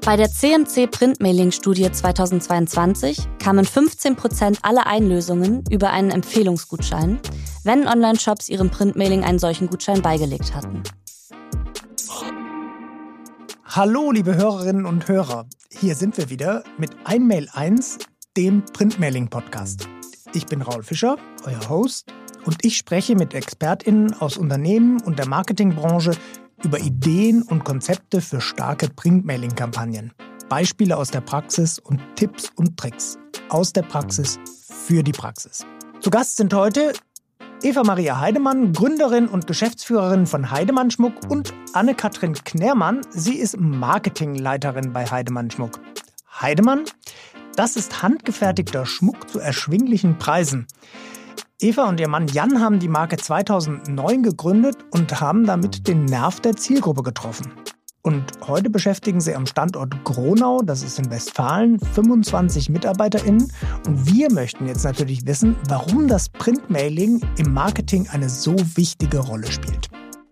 Bei der CMC Printmailing-Studie 2022 kamen 15% aller Einlösungen über einen Empfehlungsgutschein, wenn Online-Shops ihrem Printmailing einen solchen Gutschein beigelegt hatten. Hallo, liebe Hörerinnen und Hörer. Hier sind wir wieder mit Einmail 1, dem Printmailing-Podcast. Ich bin Raul Fischer, euer Host, und ich spreche mit ExpertInnen aus Unternehmen und der Marketingbranche über Ideen und Konzepte für starke Printmailing-Kampagnen. Beispiele aus der Praxis und Tipps und Tricks aus der Praxis für die Praxis. Zu Gast sind heute Eva-Maria Heidemann, Gründerin und Geschäftsführerin von Heidemann Schmuck, und Anne-Kathrin Knermann. Sie ist Marketingleiterin bei Heidemann Schmuck. Heidemann, das ist handgefertigter Schmuck zu erschwinglichen Preisen. Eva und ihr Mann Jan haben die Marke 2009 gegründet und haben damit den Nerv der Zielgruppe getroffen. Und heute beschäftigen sie am Standort Gronau, das ist in Westfalen, 25 MitarbeiterInnen. Und wir möchten jetzt natürlich wissen, warum das Printmailing im Marketing eine so wichtige Rolle spielt.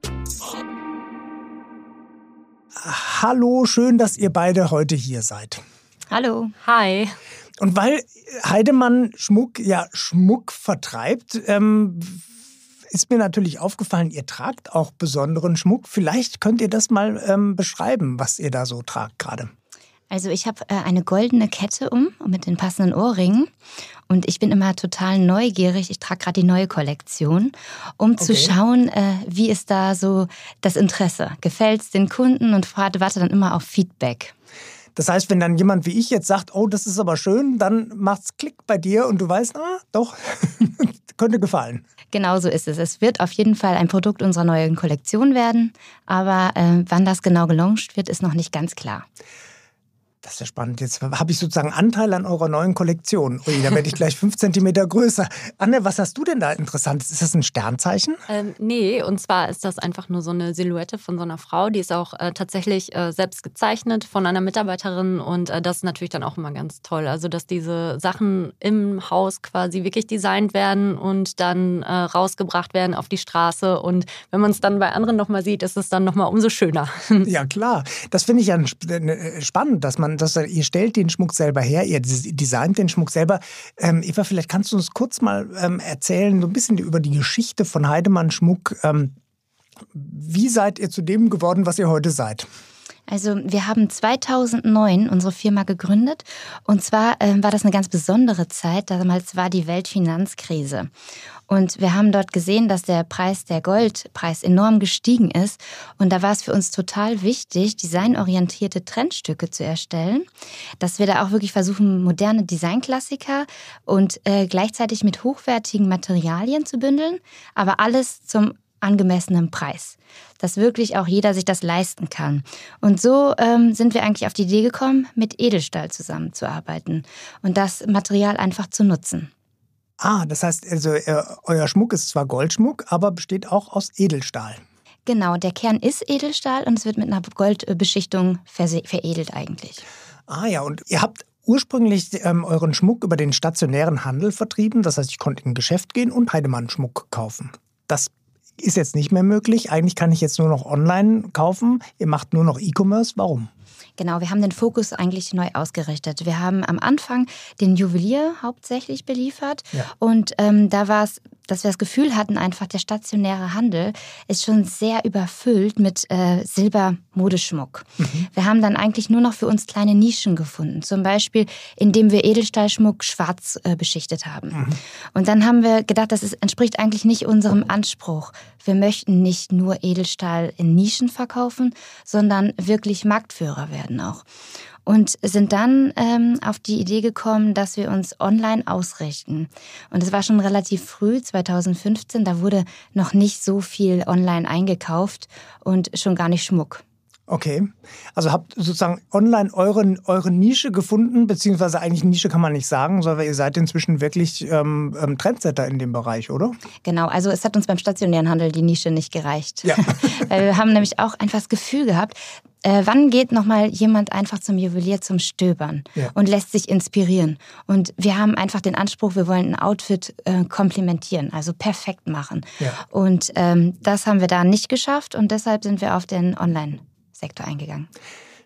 Hallo, schön, dass ihr beide heute hier seid. Hallo. Hi. Und weil Heidemann Schmuck ja Schmuck vertreibt, ist mir natürlich aufgefallen, ihr tragt auch besonderen Schmuck. Vielleicht könnt ihr das mal beschreiben, was ihr da so tragt gerade. Also ich habe eine goldene Kette mit den passenden Ohrringen. Und ich bin immer total neugierig. Ich trage gerade die neue Kollektion, um zu schauen, wie ist da so das Interesse. Gefällt es den Kunden, und warte dann immer auf Feedback. Das heißt, wenn dann jemand wie ich jetzt sagt, oh, das ist aber schön, dann macht's Klick bei dir und du weißt, doch, könnte gefallen. Genau so ist es. Es wird auf jeden Fall ein Produkt unserer neuen Kollektion werden, aber wann das genau gelauncht wird, ist noch nicht ganz klar. Das ist ja spannend. Jetzt habe ich sozusagen Anteil an eurer neuen Kollektion. Ui, da werde ich gleich 5 Zentimeter größer. Anne, was hast du denn da Interessantes? Ist das ein Sternzeichen? Nee, und zwar ist das einfach nur so eine Silhouette von so einer Frau. Die ist auch tatsächlich selbst gezeichnet von einer Mitarbeiterin, und das ist natürlich dann auch immer ganz toll. Also, dass diese Sachen im Haus quasi wirklich designt werden und dann rausgebracht werden auf die Straße. Und wenn man es dann bei anderen nochmal sieht, ist es dann nochmal umso schöner. Ja, klar. Das finde ich ja spannend, dass ihr stellt den Schmuck selber her, ihr designt den Schmuck selber. Eva, vielleicht kannst du uns kurz mal erzählen, so ein bisschen über die Geschichte von Heidemann Schmuck. Wie seid ihr zu dem geworden, was ihr heute seid? Also wir haben 2009 unsere Firma gegründet, und zwar war das eine ganz besondere Zeit. Damals war die Weltfinanzkrise. Und wir haben dort gesehen, dass der Goldpreis enorm gestiegen ist. Und da war es für uns total wichtig, designorientierte Trendstücke zu erstellen, dass wir da auch wirklich versuchen, moderne Designklassiker und gleichzeitig mit hochwertigen Materialien zu bündeln, aber alles zum angemessenen Preis, dass wirklich auch jeder sich das leisten kann. Und so sind wir eigentlich auf die Idee gekommen, mit Edelstahl zusammenzuarbeiten und das Material einfach zu nutzen. Das heißt, also euer Schmuck ist zwar Goldschmuck, aber besteht auch aus Edelstahl. Genau, der Kern ist Edelstahl und es wird mit einer Goldbeschichtung veredelt eigentlich. Ja, und ihr habt ursprünglich euren Schmuck über den stationären Handel vertrieben. Das heißt, ich konnte in ein Geschäft gehen und Heidemann Schmuck kaufen. Das ist jetzt nicht mehr möglich. Eigentlich kann ich jetzt nur noch online kaufen. Ihr macht nur noch E-Commerce. Warum? Genau, wir haben den Fokus eigentlich neu ausgerichtet. Wir haben am Anfang den Juwelier hauptsächlich beliefert. Ja. Und da war es, dass wir das Gefühl hatten, einfach der stationäre Handel ist schon sehr überfüllt mit Silbermodeschmuck. Wir haben dann eigentlich nur noch für uns kleine Nischen gefunden. Zum Beispiel, indem wir Edelstahlschmuck schwarz beschichtet haben. Und dann haben wir gedacht, das entspricht eigentlich nicht unserem Anspruch. Wir möchten nicht nur Edelstahl in Nischen verkaufen, sondern wirklich Marktführer werden auch. Und sind dann auf die Idee gekommen, dass wir uns online ausrichten. Und es war schon relativ früh, 2015, da wurde noch nicht so viel online eingekauft und schon gar nicht Schmuck. Okay, also habt sozusagen online eure Nische gefunden, beziehungsweise eigentlich Nische kann man nicht sagen, sondern ihr seid inzwischen wirklich Trendsetter in dem Bereich, oder? Genau, also es hat uns beim stationären Handel die Nische nicht gereicht. Ja. Weil wir haben nämlich auch einfach das Gefühl gehabt, wann geht nochmal jemand einfach zum Juwelier zum Stöbern und lässt sich inspirieren? Und wir haben einfach den Anspruch, wir wollen ein Outfit komplementieren, also perfekt machen. Ja. Und das haben wir da nicht geschafft und deshalb sind wir auf den Online-Sektor eingegangen.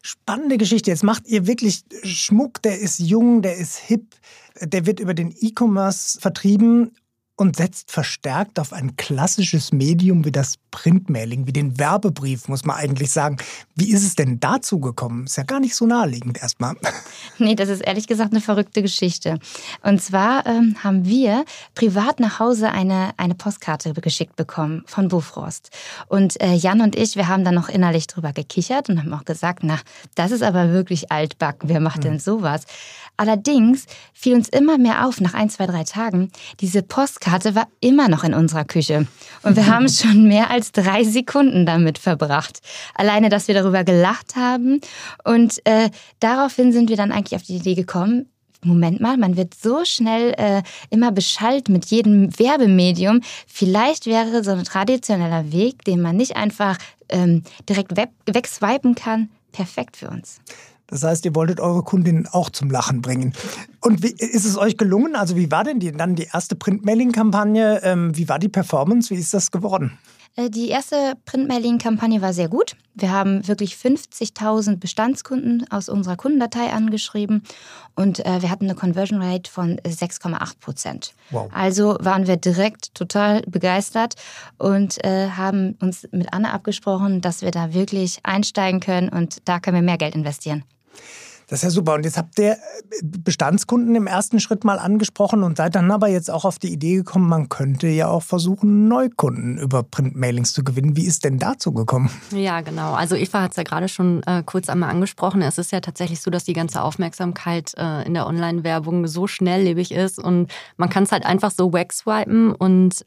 Spannende Geschichte. Jetzt macht ihr wirklich Schmuck, der ist jung, der ist hip, der wird über den E-Commerce vertrieben und setzt verstärkt auf ein klassisches Medium wie das Printmailing, wie den Werbebrief, muss man eigentlich sagen. Wie ist es denn dazu gekommen? Ist ja gar nicht so naheliegend erstmal. Nee, das ist ehrlich gesagt eine verrückte Geschichte. Und zwar haben wir privat nach Hause eine Postkarte geschickt bekommen von Bofrost. Und Jan und ich, wir haben dann noch innerlich drüber gekichert und haben auch gesagt, na, das ist aber wirklich altbacken. Wer macht denn sowas? Allerdings fiel uns immer mehr auf, nach 1, 2, 3 Tagen, diese Postkarte war immer noch in unserer Küche. Und wir haben schon mehr als 3 Sekunden damit verbracht. Alleine, dass wir darüber gelacht haben. Und daraufhin sind wir dann eigentlich auf die Idee gekommen, Moment mal, man wird so schnell immer beschallt mit jedem Werbemedium. Vielleicht wäre so ein traditioneller Weg, den man nicht einfach direkt wegswipen kann, perfekt für uns. Das heißt, ihr wolltet eure Kundinnen auch zum Lachen bringen. Und wie ist es euch gelungen? Also wie war denn dann die erste Printmailing-Kampagne? Wie war die Performance? Wie ist das geworden? Die erste Printmailing-Kampagne war sehr gut. Wir haben wirklich 50.000 Bestandskunden aus unserer Kundendatei angeschrieben und wir hatten eine Conversion Rate von 6,8%. Wow. Also waren wir direkt total begeistert und haben uns mit Anne abgesprochen, dass wir da wirklich einsteigen können und da können wir mehr Geld investieren. Das ist ja super. Und jetzt habt ihr Bestandskunden im ersten Schritt mal angesprochen und seid dann aber jetzt auch auf die Idee gekommen, man könnte ja auch versuchen, Neukunden über Printmailings zu gewinnen. Wie ist denn dazu gekommen? Ja, genau. Also Eva hat es ja gerade schon kurz einmal angesprochen. Es ist ja tatsächlich so, dass die ganze Aufmerksamkeit in der Online-Werbung so schnelllebig ist und man kann es halt einfach so wegswipen und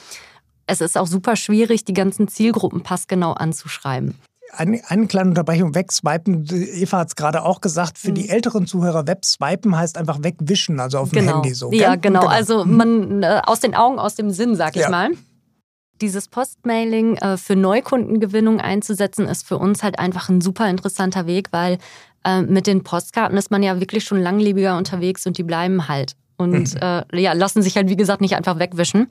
es ist auch super schwierig, die ganzen Zielgruppen passgenau anzuschreiben. Eine kleine Unterbrechung, wegswipen. Eva hat es gerade auch gesagt, für die älteren Zuhörer, wegswipen heißt einfach wegwischen, also auf dem Handy so. Ja, genau. Also man aus den Augen, aus dem Sinn, sag ich mal. Dieses Postmailing für Neukundengewinnung einzusetzen, ist für uns halt einfach ein super interessanter Weg, weil mit den Postkarten ist man ja wirklich schon langlebiger unterwegs und die bleiben halt. Und lassen sich halt, wie gesagt, nicht einfach wegwischen.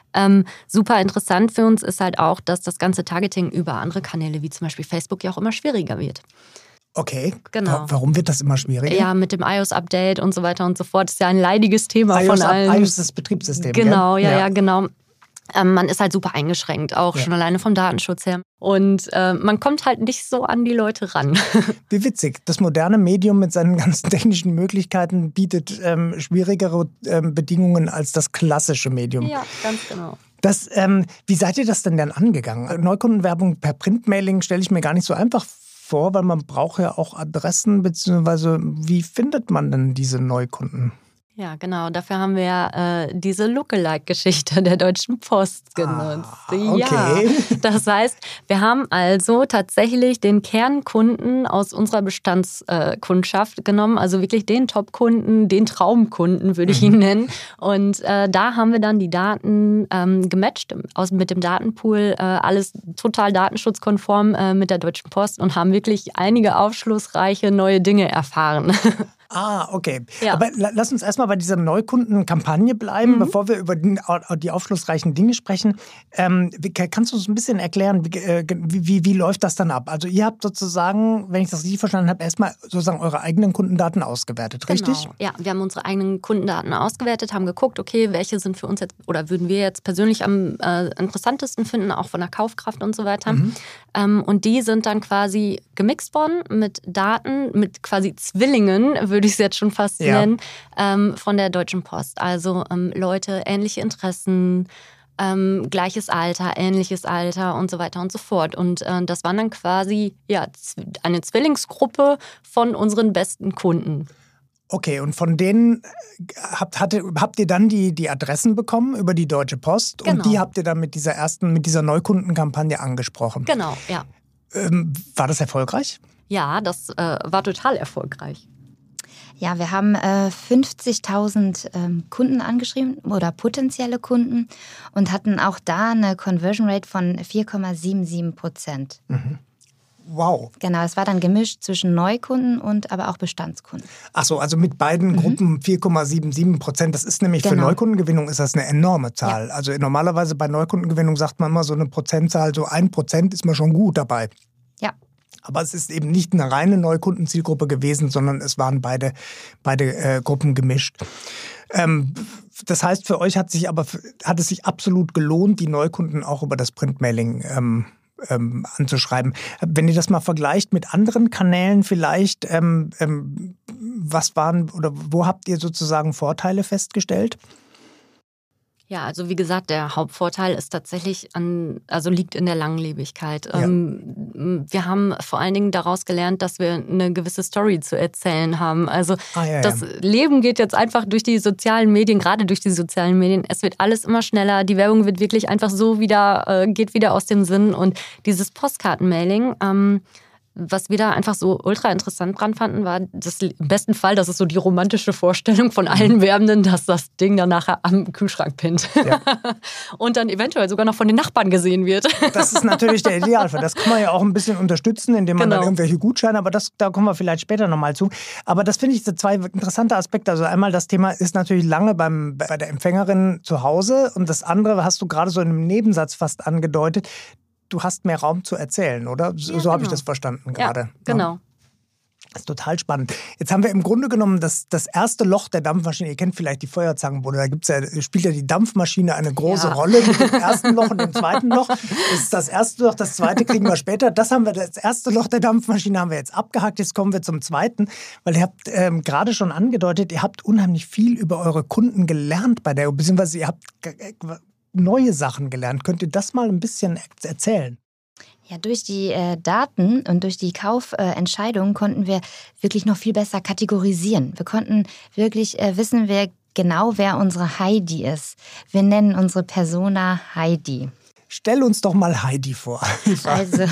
Super interessant für uns ist halt auch, dass das ganze Targeting über andere Kanäle, wie zum Beispiel Facebook, ja auch immer schwieriger wird. Okay, genau. Warum wird das immer schwieriger? Ja, mit dem iOS-Update und so weiter und so fort. Das ist ja ein leidiges Thema von allen. iOS ist das Betriebssystem. Genau, ja, genau. Man ist halt super eingeschränkt, auch schon alleine vom Datenschutz her. Und man kommt halt nicht so an die Leute ran. Wie witzig. Das moderne Medium mit seinen ganzen technischen Möglichkeiten bietet schwierigere Bedingungen als das klassische Medium. Ja, ganz genau. Wie seid ihr das denn dann angegangen? Neukundenwerbung per Printmailing stelle ich mir gar nicht so einfach vor, weil man braucht ja auch Adressen, beziehungsweise wie findet man denn diese Neukunden? Ja, genau. Dafür haben wir diese Lookalike-Geschichte der Deutschen Post genutzt. Okay. Ja, das heißt, wir haben also tatsächlich den Kernkunden aus unserer Bestandskundschaft genommen, also wirklich den Top-Kunden, den Traumkunden, würde ich ihn nennen. Und da haben wir dann die Daten gematcht mit dem Datenpool, alles total datenschutzkonform mit der Deutschen Post und haben wirklich einige aufschlussreiche neue Dinge erfahren. Okay. Ja. Aber lass uns erstmal bei dieser Neukundenkampagne bleiben, bevor wir über die aufschlussreichen Dinge sprechen. Kannst du uns ein bisschen erklären, wie läuft das dann ab? Also ihr habt sozusagen, wenn ich das richtig verstanden habe, erstmal sozusagen eure eigenen Kundendaten ausgewertet, richtig? Genau. Ja, wir haben unsere eigenen Kundendaten ausgewertet, haben geguckt, okay, welche sind für uns jetzt oder würden wir jetzt persönlich am interessantesten finden, auch von der Kaufkraft und so weiter. Und die sind dann quasi gemixt worden mit Daten, mit quasi Zwillingen, würde ich es jetzt schon fast nennen, von der Deutschen Post. Also Leute, ähnliche Interessen, gleiches Alter, ähnliches Alter und so weiter und so fort. Und das waren dann quasi eine Zwillingsgruppe von unseren besten Kunden. Okay, und von denen habt ihr dann die Adressen bekommen über die Deutsche Post und die habt ihr dann mit dieser Neukundenkampagne angesprochen. Genau, ja. War das erfolgreich? Ja, das war total erfolgreich. Ja, wir haben 50.000 Kunden angeschrieben oder potenzielle Kunden und hatten auch da eine Conversion Rate von 4,77%. Wow. Genau, es war dann gemischt zwischen Neukunden und aber auch Bestandskunden. Ach so, also mit beiden Gruppen 4,77%. Das ist nämlich für Neukundengewinnung ist das eine enorme Zahl. Ja. Also normalerweise bei Neukundengewinnung sagt man immer so eine Prozentzahl, so 1% ist man schon gut dabei. Ja. Aber es ist eben nicht eine reine Neukundenzielgruppe gewesen, sondern es waren beide Gruppen gemischt. Das heißt, für euch hat es sich absolut gelohnt, die Neukunden auch über das Printmailing anzuschreiben. Wenn ihr das mal vergleicht mit anderen Kanälen vielleicht, was waren oder wo habt ihr sozusagen Vorteile festgestellt? Ja, also wie gesagt, der Hauptvorteil ist tatsächlich liegt in der Langlebigkeit. Ja. Wir haben vor allen Dingen daraus gelernt, dass wir eine gewisse Story zu erzählen haben. Also das Leben geht jetzt einfach durch die sozialen Medien, gerade durch die sozialen Medien. Es wird alles immer schneller. Die Werbung wird wirklich einfach so geht wieder aus dem Sinn. Und dieses Postkartenmailing, was wir da einfach so ultra interessant dran fanden, war im besten Fall, das ist so die romantische Vorstellung von allen Werbenden, dass das Ding dann nachher am Kühlschrank pinnt. Ja. Und dann eventuell sogar noch von den Nachbarn gesehen wird. Das ist natürlich der Idealfall. Das kann man ja auch ein bisschen unterstützen, indem man dann irgendwelche Gutscheine, aber da kommen wir vielleicht später nochmal zu. Aber das finde ich so zwei interessante Aspekte. Also einmal, das Thema ist natürlich lange bei der Empfängerin zu Hause und das andere hast du gerade so in einem Nebensatz fast angedeutet. Du hast mehr Raum zu erzählen, oder? So habe ich das verstanden gerade. Ja, genau. Das ist total spannend. Jetzt haben wir im Grunde genommen das erste Loch der Dampfmaschine. Ihr kennt vielleicht die Feuerzangenbowle. Da spielt ja die Dampfmaschine eine große Rolle mit dem ersten Loch und dem zweiten Loch. Das ist das erste Loch, das zweite kriegen wir später. Das erste Loch der Dampfmaschine haben wir jetzt abgehakt. Jetzt kommen wir zum zweiten, weil ihr habt gerade schon angedeutet, ihr habt unheimlich viel über eure Kunden gelernt beziehungsweise ihr habt neue Sachen gelernt. Könnt ihr das mal ein bisschen erzählen? Ja, durch die Daten und durch die Kaufentscheidungen konnten wir wirklich noch viel besser kategorisieren. Wir konnten wirklich wissen, wer unsere Heidi ist. Wir nennen unsere Persona Heidi. Stell uns doch mal Heidi vor. Also,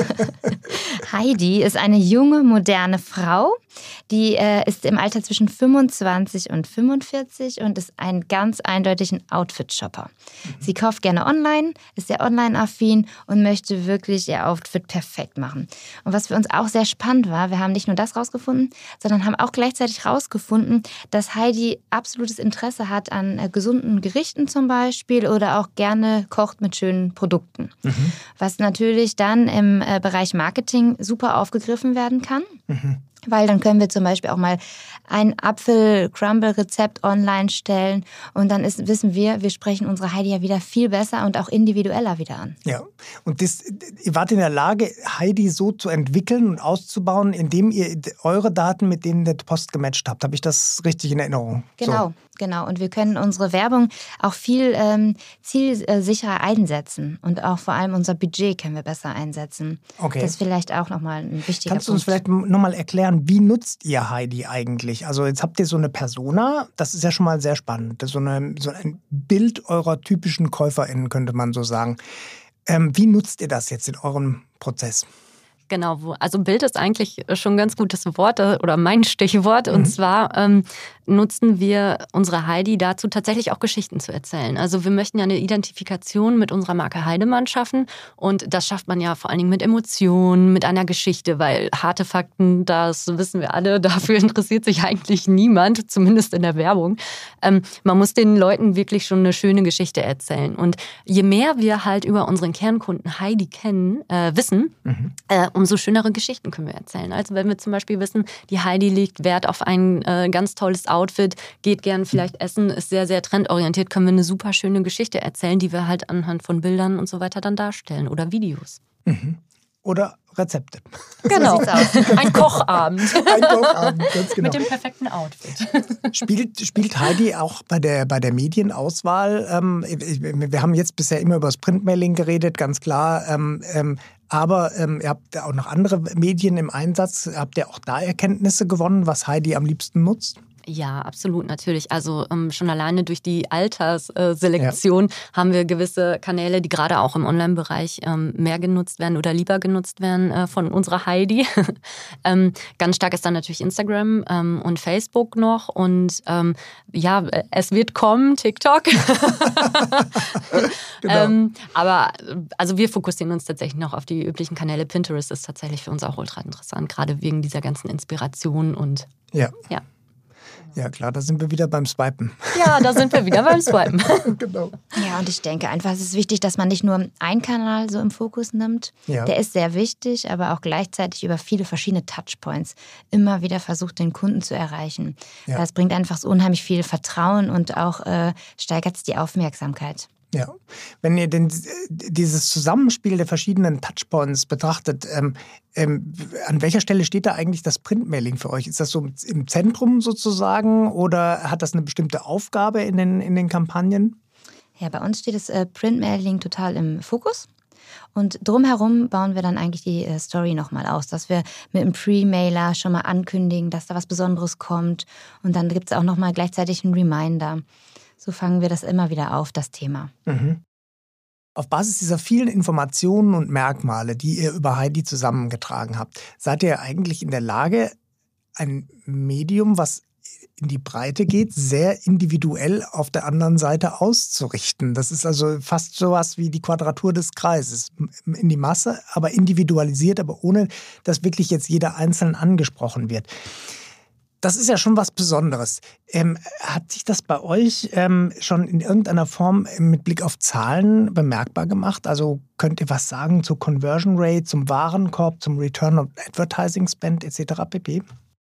Heidi ist eine junge, moderne Frau, die ist im Alter zwischen 25 und 45 und ist ein ganz eindeutig ein Outfit-Shopper. Sie kauft gerne online, ist sehr online-affin und möchte wirklich ihr Outfit perfekt machen. Und was für uns auch sehr spannend war, wir haben nicht nur das rausgefunden, sondern haben auch gleichzeitig rausgefunden, dass Heidi absolutes Interesse hat an gesunden Gerichten zum Beispiel oder auch gerne kocht mit schönen Produkten. Was natürlich dann im Bereich Marketing super aufgegriffen werden kann. Weil dann können wir zum Beispiel auch mal ein Apfel-Crumble-Rezept online stellen und dann wissen wir sprechen unsere Heidi ja wieder viel besser und auch individueller wieder an. Ja, und ihr wart in der Lage, Heidi so zu entwickeln und auszubauen, indem ihr eure Daten mit denen der Post gematcht habt. Habe ich das richtig in Erinnerung? Genau. Und wir können unsere Werbung auch viel zielsicherer einsetzen und auch vor allem unser Budget können wir besser einsetzen. Okay. Das ist vielleicht auch nochmal ein wichtiger Punkt. Kannst du uns vielleicht nochmal erklären, wie nutzt ihr Heidi eigentlich? Also jetzt habt ihr so eine Persona, das ist ja schon mal sehr spannend. Das ist so ein Bild eurer typischen KäuferInnen, könnte man so sagen. Wie nutzt ihr das jetzt in eurem Prozess? Genau, also Bild ist eigentlich schon ein ganz gutes Wort oder mein Stichwort. Und zwar nutzen wir unsere Heidi dazu, tatsächlich auch Geschichten zu erzählen. Also wir möchten ja eine Identifikation mit unserer Marke Heidemann schaffen. Und das schafft man ja vor allen Dingen mit Emotionen, mit einer Geschichte, weil harte Fakten, das wissen wir alle, dafür interessiert sich eigentlich niemand, zumindest in der Werbung. Man muss den Leuten wirklich schon eine schöne Geschichte erzählen. Und je mehr wir halt über unseren Kernkunden Heidi wissen, umso schönere Geschichten können wir erzählen. Also wenn wir zum Beispiel wissen, die Heidi legt Wert auf ein ganz tolles Outfit, geht gern vielleicht essen, ist sehr, sehr trendorientiert, können wir eine super schöne Geschichte erzählen, die wir halt anhand von Bildern und so weiter dann darstellen oder Videos. Oder Rezepte. Genau, ein Kochabend. Ein Kochabend, ganz genau. Mit dem perfekten Outfit. Spielt Heidi auch bei der Medienauswahl? Wir haben jetzt bisher immer über das Printmailing geredet, ganz klar. Aber ihr habt auch noch andere Medien im Einsatz. Habt ihr auch da Erkenntnisse gewonnen, was Heidi am liebsten nutzt? Ja, absolut, natürlich. Also schon alleine durch die Altersselektion haben wir gewisse Kanäle, die gerade auch im Online-Bereich mehr genutzt werden oder lieber genutzt werden von unserer Heidi. Ganz stark ist dann natürlich Instagram und Facebook noch. Und es wird kommen, TikTok. Genau. Aber also wir fokussieren uns tatsächlich noch auf die üblichen Kanäle. Pinterest ist tatsächlich für uns auch ultra interessant, gerade wegen dieser ganzen Inspiration und ja. Ja klar, da sind wir wieder beim Swipen. Ja, da sind wir wieder beim Swipen. Genau. Ja, und ich denke einfach, es ist wichtig, dass man nicht nur einen Kanal so im Fokus nimmt. Ja. Der ist sehr wichtig, aber auch gleichzeitig über viele verschiedene Touchpoints immer wieder versucht, den Kunden zu erreichen. Ja. Das bringt einfach so unheimlich viel Vertrauen und auch steigert die Aufmerksamkeit. Ja, wenn ihr denn dieses Zusammenspiel der verschiedenen Touchpoints betrachtet, an welcher Stelle steht da eigentlich das Printmailing für euch? Ist das so im Zentrum sozusagen oder hat das eine bestimmte Aufgabe in den Kampagnen? Ja, bei uns steht das Printmailing total im Fokus. Und drumherum bauen wir dann eigentlich die Story nochmal aus, dass wir mit einem Pre-Mailer schon mal ankündigen, dass da was Besonderes kommt. Und dann gibt es auch nochmal gleichzeitig einen Reminder. So fangen wir das immer wieder auf, das Thema. Mhm. Auf Basis dieser vielen Informationen und Merkmale, die ihr über Heidi zusammengetragen habt, seid ihr eigentlich in der Lage, ein Medium, was in die Breite geht, sehr individuell auf der anderen Seite auszurichten. Das ist also fast sowas wie die Quadratur des Kreises. In die Masse, aber individualisiert, aber ohne, dass wirklich jetzt jeder einzeln angesprochen wird. Das ist ja schon was Besonderes. Hat sich das bei euch schon in irgendeiner Form mit Blick auf Zahlen bemerkbar gemacht? Also könnt ihr was sagen zur Conversion Rate, zum Warenkorb, zum Return on Advertising Spend etc. pp.?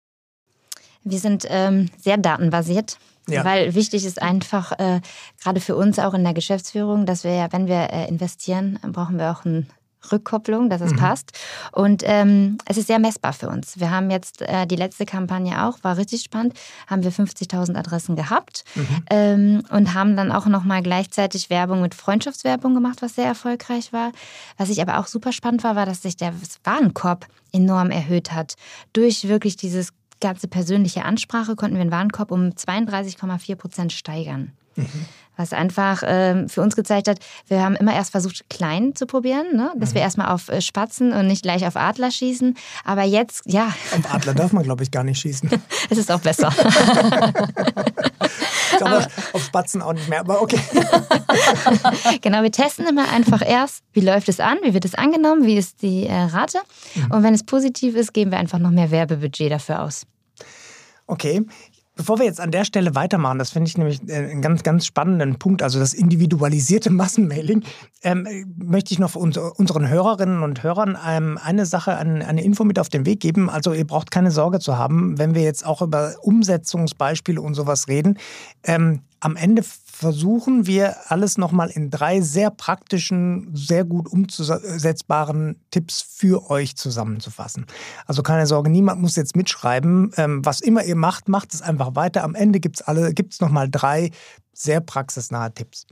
Wir sind sehr datenbasiert, weil wichtig ist einfach, gerade für uns auch in der Geschäftsführung, dass wir ja, wenn wir investieren, brauchen wir auch eine Rückkopplung, dass es passt. Und es ist sehr messbar für uns. Wir haben jetzt die letzte Kampagne auch, war richtig spannend, haben wir 50.000 Adressen gehabt und haben dann auch nochmal gleichzeitig Werbung mit Freundschaftswerbung gemacht, was sehr erfolgreich war. Was ich aber auch super spannend war, dass sich der Warenkorb enorm erhöht hat. Durch wirklich dieses ganze persönliche Ansprache konnten wir den Warenkorb um 32,4% steigern. Was einfach für uns gezeigt hat, wir haben immer erst versucht, klein zu probieren, ne? Dass wir erstmal auf Spatzen und nicht gleich auf Adler schießen. Aber jetzt, ja. Auf Adler darf man, glaube ich, gar nicht schießen. Es ist auch besser. Ich glaube, auf Spatzen auch nicht mehr, aber okay. Genau, wir testen immer einfach erst, wie läuft es an, wie wird es angenommen, wie ist die Rate. Und wenn es positiv ist, geben wir einfach noch mehr Werbebudget dafür aus. Okay. Bevor wir jetzt an der Stelle weitermachen, das finde ich nämlich einen ganz, ganz spannenden Punkt, also das individualisierte Massenmailing, möchte ich noch für unseren Hörerinnen und Hörern eine Sache, eine Info mit auf den Weg geben. Also ihr braucht keine Sorge zu haben, wenn wir jetzt auch über Umsetzungsbeispiele und sowas reden. Am Ende versuchen wir alles nochmal in 3 sehr praktischen, sehr gut umzusetzbaren Tipps für euch zusammenzufassen. Also keine Sorge, niemand muss jetzt mitschreiben. Was immer ihr macht, macht es einfach weiter. Am Ende gibt's nochmal 3 sehr praxisnahe Tipps.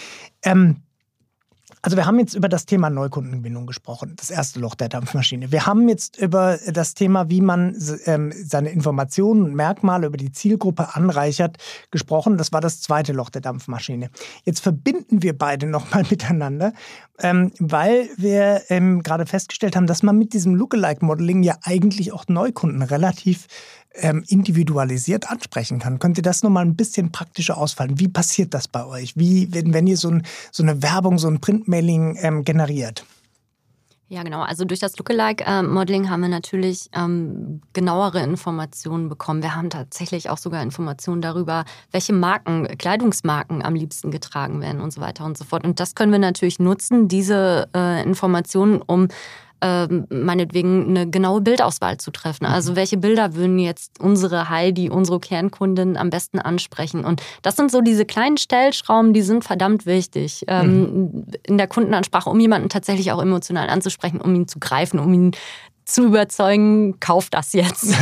Also wir haben jetzt über das Thema Neukundengewinnung gesprochen, das erste Loch der Dampfmaschine. Wir haben jetzt über das Thema, wie man seine Informationen und Merkmale über die Zielgruppe anreichert, gesprochen. Das war das zweite Loch der Dampfmaschine. Jetzt verbinden wir beide nochmal miteinander, weil wir gerade festgestellt haben, dass man mit diesem Lookalike-Modeling ja eigentlich auch Neukunden relativ individualisiert ansprechen kann. Könnt ihr das nochmal ein bisschen praktischer ausfallen? Wie passiert das bei euch? Wie, wenn ihr so eine Werbung, so ein Printmailing generiert? Ja, genau. Also durch das Lookalike-Modeling haben wir natürlich genauere Informationen bekommen. Wir haben tatsächlich auch sogar Informationen darüber, welche Marken, Kleidungsmarken am liebsten getragen werden und so weiter und so fort. Und das können wir natürlich nutzen, diese Informationen, um meinetwegen eine genaue Bildauswahl zu treffen. Also welche Bilder würden jetzt unsere Heidi, unsere Kernkundin am besten ansprechen? Und das sind so diese kleinen Stellschrauben, die sind verdammt wichtig in der Kundenansprache, um jemanden tatsächlich auch emotional anzusprechen, um ihn zu greifen, um ihn zu überzeugen, kauf das jetzt.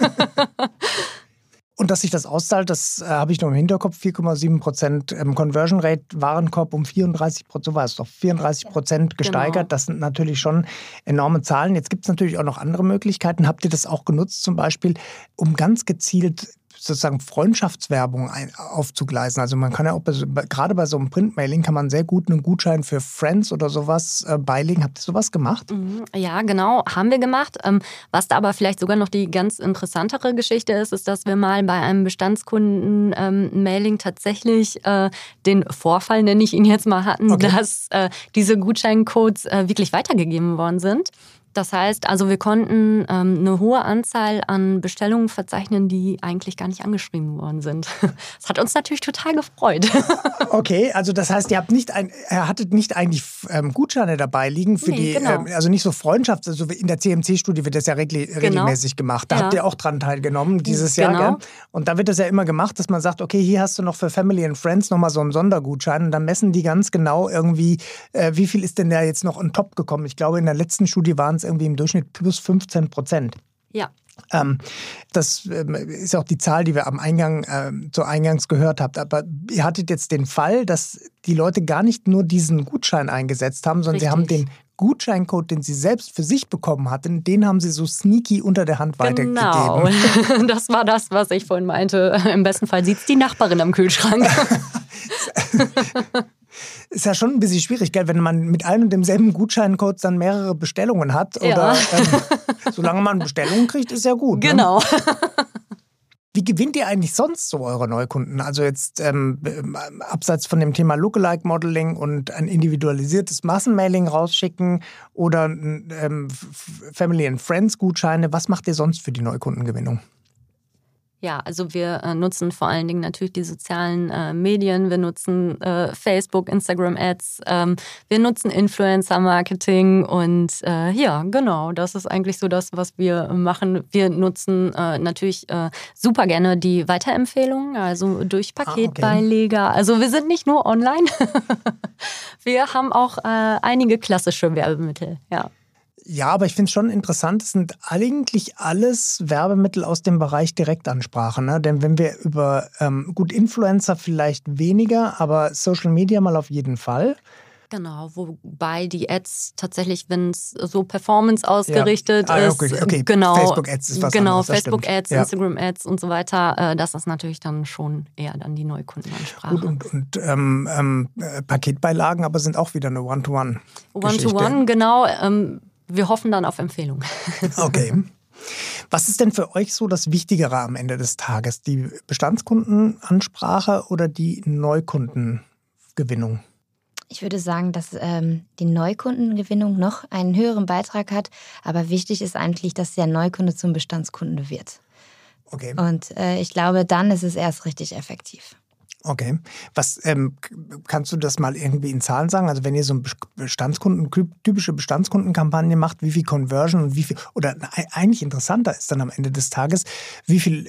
Und dass sich das auszahlt, das habe ich noch im Hinterkopf, 4,7% Conversion Rate, Warenkorb um 34%, so war es doch, 34% gesteigert. Genau. Das sind natürlich schon enorme Zahlen. Jetzt gibt es natürlich auch noch andere Möglichkeiten. Habt ihr das auch genutzt, zum Beispiel, um ganz gezielt sozusagen Freundschaftswerbung aufzugleisen? Also man kann ja auch, gerade bei so einem Printmailing, kann man sehr gut einen Gutschein für Friends oder sowas beilegen. Habt ihr sowas gemacht? Ja, genau, haben wir gemacht. Was da aber vielleicht sogar noch die ganz interessantere Geschichte ist, ist, dass wir mal bei einem Bestandskunden-Mailing tatsächlich den Vorfall, nenne ich ihn jetzt mal, hatten, dass diese Gutscheincodes wirklich weitergegeben worden sind. Das heißt, also wir konnten eine hohe Anzahl an Bestellungen verzeichnen, die eigentlich gar nicht angeschrieben worden sind. Das hat uns natürlich total gefreut. Okay, also das heißt, ihr hattet nicht eigentlich Gutscheine dabei liegen für genau. Also nicht so Freundschaft, also in der CMC-Studie wird das ja regelmäßig gemacht. Da habt ihr auch dran teilgenommen dieses Jahr, gell? Und da wird das ja immer gemacht, dass man sagt, okay, hier hast du noch für Family and Friends nochmal so einen Sondergutschein und dann messen die ganz genau irgendwie, wie viel ist denn da jetzt noch on top gekommen. Ich glaube, in der letzten Studie waren es irgendwie im Durchschnitt plus 15%. Ja. Das ist auch die Zahl, die wir am Eingangs gehört habt. Aber ihr hattet jetzt den Fall, dass die Leute gar nicht nur diesen Gutschein eingesetzt haben, sondern sie haben den Gutscheincode, den sie selbst für sich bekommen hatten, den haben sie so sneaky unter der Hand weitergegeben. Genau, das war das, was ich vorhin meinte. Im besten Fall sieht es die Nachbarin am Kühlschrank. Ist ja schon ein bisschen schwierig, gell? Wenn man mit einem und demselben Gutscheincode dann mehrere Bestellungen hat. Oder solange man Bestellungen kriegt, ist ja gut. Genau. Ne? Wie gewinnt ihr eigentlich sonst so eure Neukunden? Also jetzt abseits von dem Thema Lookalike-Modeling und ein individualisiertes Massenmailing rausschicken oder Family and Friends Gutscheine. Was macht ihr sonst für die Neukundengewinnung? Ja, also wir nutzen vor allen Dingen natürlich die sozialen Medien. Wir nutzen Facebook, Instagram-Ads. Wir nutzen Influencer-Marketing. Und ja, genau, das ist eigentlich so das, was wir machen. Wir nutzen natürlich super gerne die Weiterempfehlungen, also durch Paketbeileger. Okay. Also wir sind nicht nur online. Wir haben auch einige klassische Werbemittel, ja. Ja, aber ich finde es schon interessant, es sind eigentlich alles Werbemittel aus dem Bereich Direktansprache. Ne? Denn wenn wir über, Influencer vielleicht weniger, aber Social Media mal auf jeden Fall. Genau, wobei die Ads tatsächlich, wenn es so Performance ausgerichtet ist, okay. Genau, Facebook-Ads ist was anderes, Facebook-Ads, Instagram-Ads und so weiter, das ist natürlich dann schon eher dann die Neukundenansprache. Gut, und Paketbeilagen aber sind auch wieder eine One-to-One-Geschichte. One-to-One, genau. Wir hoffen dann auf Empfehlungen. Okay. Was ist denn für euch so das Wichtigere am Ende des Tages? Die Bestandskundenansprache oder die Neukundengewinnung? Ich würde sagen, dass die Neukundengewinnung noch einen höheren Beitrag hat. Aber wichtig ist eigentlich, dass der Neukunde zum Bestandskunde wird. Okay. Und ich glaube, dann ist es erst richtig effektiv. Okay. Was kannst du das mal irgendwie in Zahlen sagen? Also wenn ihr so eine typische Bestandskundenkampagne macht, wie viel Conversion und wie viel, oder eigentlich interessanter ist dann am Ende des Tages, wie viel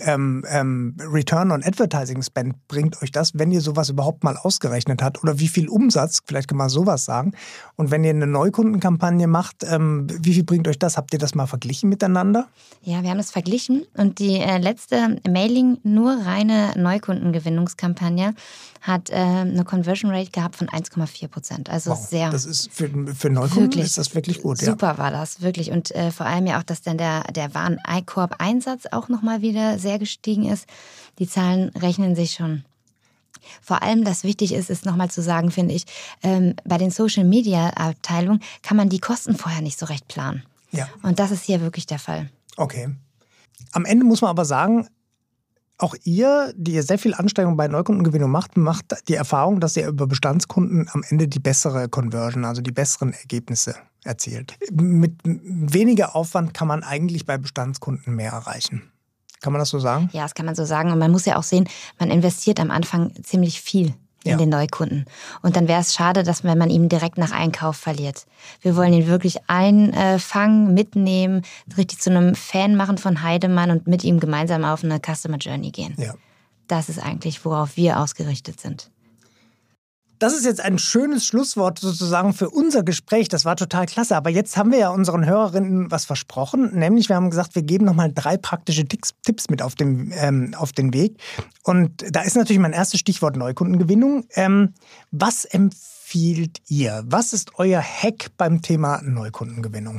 Return on Advertising Spend bringt euch das, wenn ihr sowas überhaupt mal ausgerechnet habt? Oder wie viel Umsatz, vielleicht kann man sowas sagen. Und wenn ihr eine Neukundenkampagne macht, wie viel bringt euch das? Habt ihr das mal verglichen miteinander? Ja, wir haben es verglichen und die letzte Mailing nur reine Neukundengewinnungskampagne hat eine Conversion Rate gehabt von 1,4%. Also wow, sehr. Das ist für Neukunden wirklich, ist das wirklich gut. Super war das, wirklich. Und vor allem ja auch, dass dann der Warenkorb-Einsatz auch nochmal wieder sehr gestiegen ist. Die Zahlen rechnen sich schon. Vor allem, das wichtig ist nochmal zu sagen, finde ich, bei den Social-Media-Abteilungen kann man die Kosten vorher nicht so recht planen. Ja. Und das ist hier wirklich der Fall. Okay. Am Ende muss man aber sagen, auch ihr, die ihr sehr viel Anstrengung bei Neukundengewinnung macht die Erfahrung, dass ihr über Bestandskunden am Ende die bessere Conversion, also die besseren Ergebnisse erzielt. Mit weniger Aufwand kann man eigentlich bei Bestandskunden mehr erreichen. Kann man das so sagen? Ja, das kann man so sagen. Und man muss ja auch sehen, man investiert am Anfang ziemlich viel in den Neukunden. Und dann wäre es schade, dass man ihn direkt nach Einkauf verliert. Wir wollen ihn wirklich einfangen, mitnehmen, richtig zu einem Fan machen von Heidemann und mit ihm gemeinsam auf eine Customer Journey gehen. Ja. Das ist eigentlich, worauf wir ausgerichtet sind. Das ist jetzt ein schönes Schlusswort sozusagen für unser Gespräch. Das war total klasse. Aber jetzt haben wir ja unseren Hörerinnen was versprochen. Nämlich, wir haben gesagt, wir geben nochmal 3 praktische Tipps mit auf den Weg. Und da ist natürlich mein erstes Stichwort Neukundengewinnung. Was empfiehlt ihr? Was ist euer Hack beim Thema Neukundengewinnung?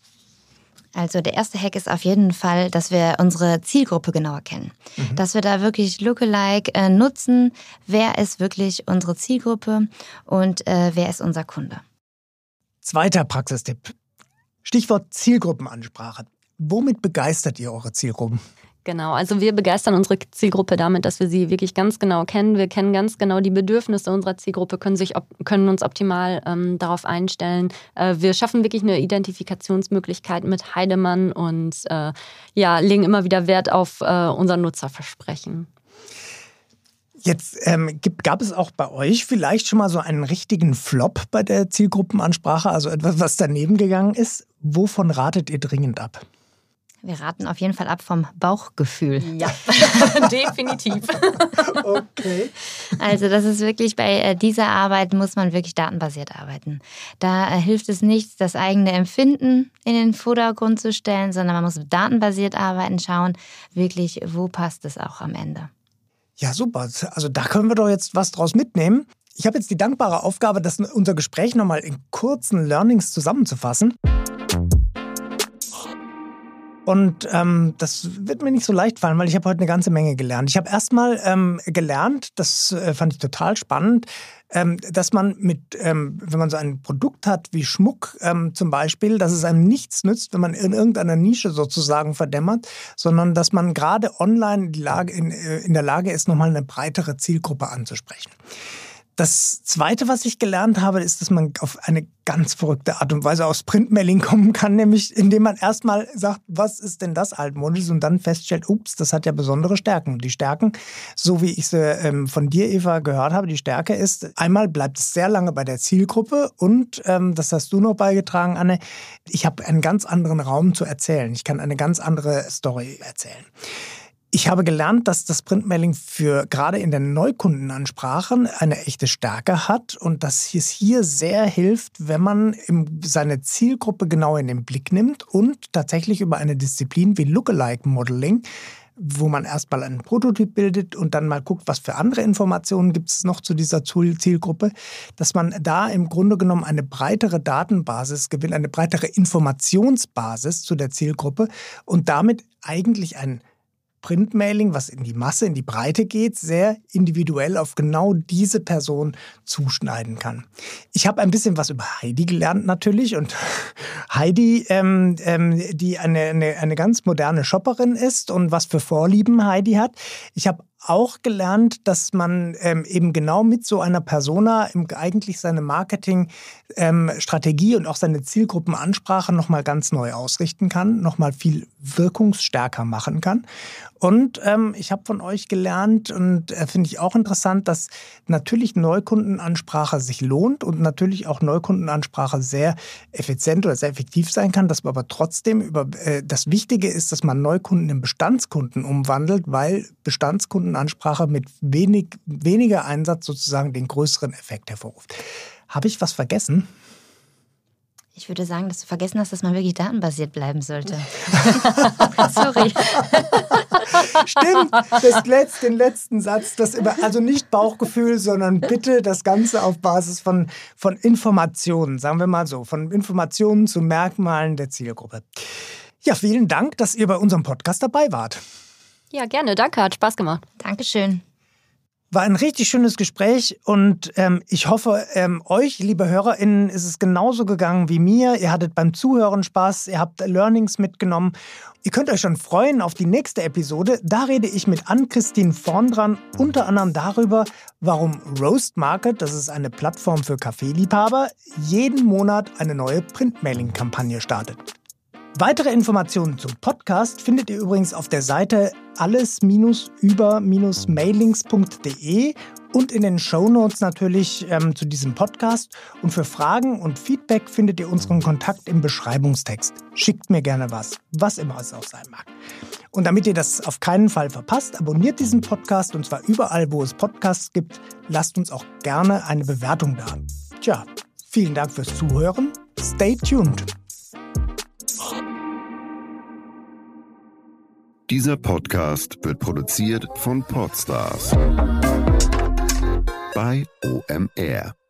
Also der erste Hack ist auf jeden Fall, dass wir unsere Zielgruppe genauer kennen. Mhm. Dass wir da wirklich Lookalike nutzen. Wer ist wirklich unsere Zielgruppe und wer ist unser Kunde? Zweiter Praxistipp. Stichwort Zielgruppenansprache. Womit begeistert ihr eure Zielgruppen? Genau, also wir begeistern unsere Zielgruppe damit, dass wir sie wirklich ganz genau kennen. Wir kennen ganz genau die Bedürfnisse unserer Zielgruppe, können uns optimal darauf einstellen. Wir schaffen wirklich eine Identifikationsmöglichkeit mit Heidemann und legen immer wieder Wert auf unser Nutzerversprechen. Jetzt gab es auch bei euch vielleicht schon mal so einen richtigen Flop bei der Zielgruppenansprache, also etwas, was daneben gegangen ist. Wovon ratet ihr dringend ab? Wir raten auf jeden Fall ab vom Bauchgefühl. Ja, definitiv. Okay. Also das ist wirklich, bei dieser Arbeit muss man wirklich datenbasiert arbeiten. Da hilft es nichts, das eigene Empfinden in den Vordergrund zu stellen, sondern man muss datenbasiert arbeiten, schauen, wirklich, wo passt es auch am Ende. Ja, super. Also da können wir doch jetzt was draus mitnehmen. Ich habe jetzt die dankbare Aufgabe, unser Gespräch nochmal in kurzen Learnings zusammenzufassen. Und das wird mir nicht so leicht fallen, weil ich habe heute eine ganze Menge gelernt. Ich habe erstmal gelernt, das fand ich total spannend, dass man wenn man so ein Produkt hat wie Schmuck zum Beispiel, dass es einem nichts nützt, wenn man in irgendeiner Nische sozusagen verdämmert, sondern dass man gerade online in der Lage ist, nochmal eine breitere Zielgruppe anzusprechen. Das Zweite, was ich gelernt habe, ist, dass man auf eine ganz verrückte Art und Weise aufs Printmailing kommen kann, nämlich indem man erstmal sagt, was ist denn das altmodisch und dann feststellt, ups, das hat ja besondere Stärken. Die Stärken, so wie ich sie von dir, Eva, gehört habe, die Stärke ist, einmal bleibt es sehr lange bei der Zielgruppe und, das hast du noch beigetragen, Anne, ich habe einen ganz anderen Raum zu erzählen. Ich kann eine ganz andere Story erzählen. Ich habe gelernt, dass das Printmailing gerade in der Neukundenansprache eine echte Stärke hat und dass es hier sehr hilft, wenn man seine Zielgruppe genau in den Blick nimmt und tatsächlich über eine Disziplin wie Lookalike Modeling, wo man erstmal einen Prototyp bildet und dann mal guckt, was für andere Informationen gibt es noch zu dieser Zielgruppe, dass man da im Grunde genommen eine breitere Datenbasis gewinnt, eine breitere Informationsbasis zu der Zielgruppe und damit eigentlich ein Printmailing, was in die Masse, in die Breite geht, sehr individuell auf genau diese Person zuschneiden kann. Ich habe ein bisschen was über Heidi gelernt natürlich und Heidi, die eine ganz moderne Shopperin ist und was für Vorlieben Heidi hat. Ich habe auch gelernt, dass man eben genau mit so einer Persona eigentlich seine Marketingstrategie und auch seine Zielgruppenansprache nochmal ganz neu ausrichten kann, nochmal viel wirkungsstärker machen kann. Und ich habe von euch gelernt und finde ich auch interessant, dass natürlich Neukundenansprache sich lohnt und natürlich auch Neukundenansprache sehr effizient oder sehr effektiv sein kann, dass man aber trotzdem das Wichtige ist, dass man Neukunden in Bestandskunden umwandelt, weil Bestandskundenansprache mit weniger Einsatz sozusagen den größeren Effekt hervorruft. Habe ich was vergessen? Ich würde sagen, dass du vergessen hast, dass man wirklich datenbasiert bleiben sollte. Sorry. Stimmt, den letzten Satz, also nicht Bauchgefühl, sondern bitte das Ganze auf Basis von Informationen, sagen wir mal so, von Informationen zu Merkmalen der Zielgruppe. Ja, vielen Dank, dass ihr bei unserem Podcast dabei wart. Ja, gerne, danke, hat Spaß gemacht. Dankeschön. War ein richtig schönes Gespräch und ich hoffe, euch, liebe HörerInnen, ist es genauso gegangen wie mir. Ihr hattet beim Zuhören Spaß, ihr habt Learnings mitgenommen. Ihr könnt euch schon freuen auf die nächste Episode. Da rede ich mit Ann-Christine Vorndran unter anderem darüber, warum Roast Market, das ist eine Plattform für Kaffeeliebhaber, jeden Monat eine neue Printmailing-Kampagne startet. Weitere Informationen zum Podcast findet ihr übrigens auf der Seite alles-über-mailings.de und in den Shownotes natürlich zu diesem Podcast. Und für Fragen und Feedback findet ihr unseren Kontakt im Beschreibungstext. Schickt mir gerne was immer es auch sein mag. Und damit ihr das auf keinen Fall verpasst, abonniert diesen Podcast und zwar überall, wo es Podcasts gibt. Lasst uns auch gerne eine Bewertung da. Tja, vielen Dank fürs Zuhören. Stay tuned. Dieser Podcast wird produziert von Podstars bei OMR.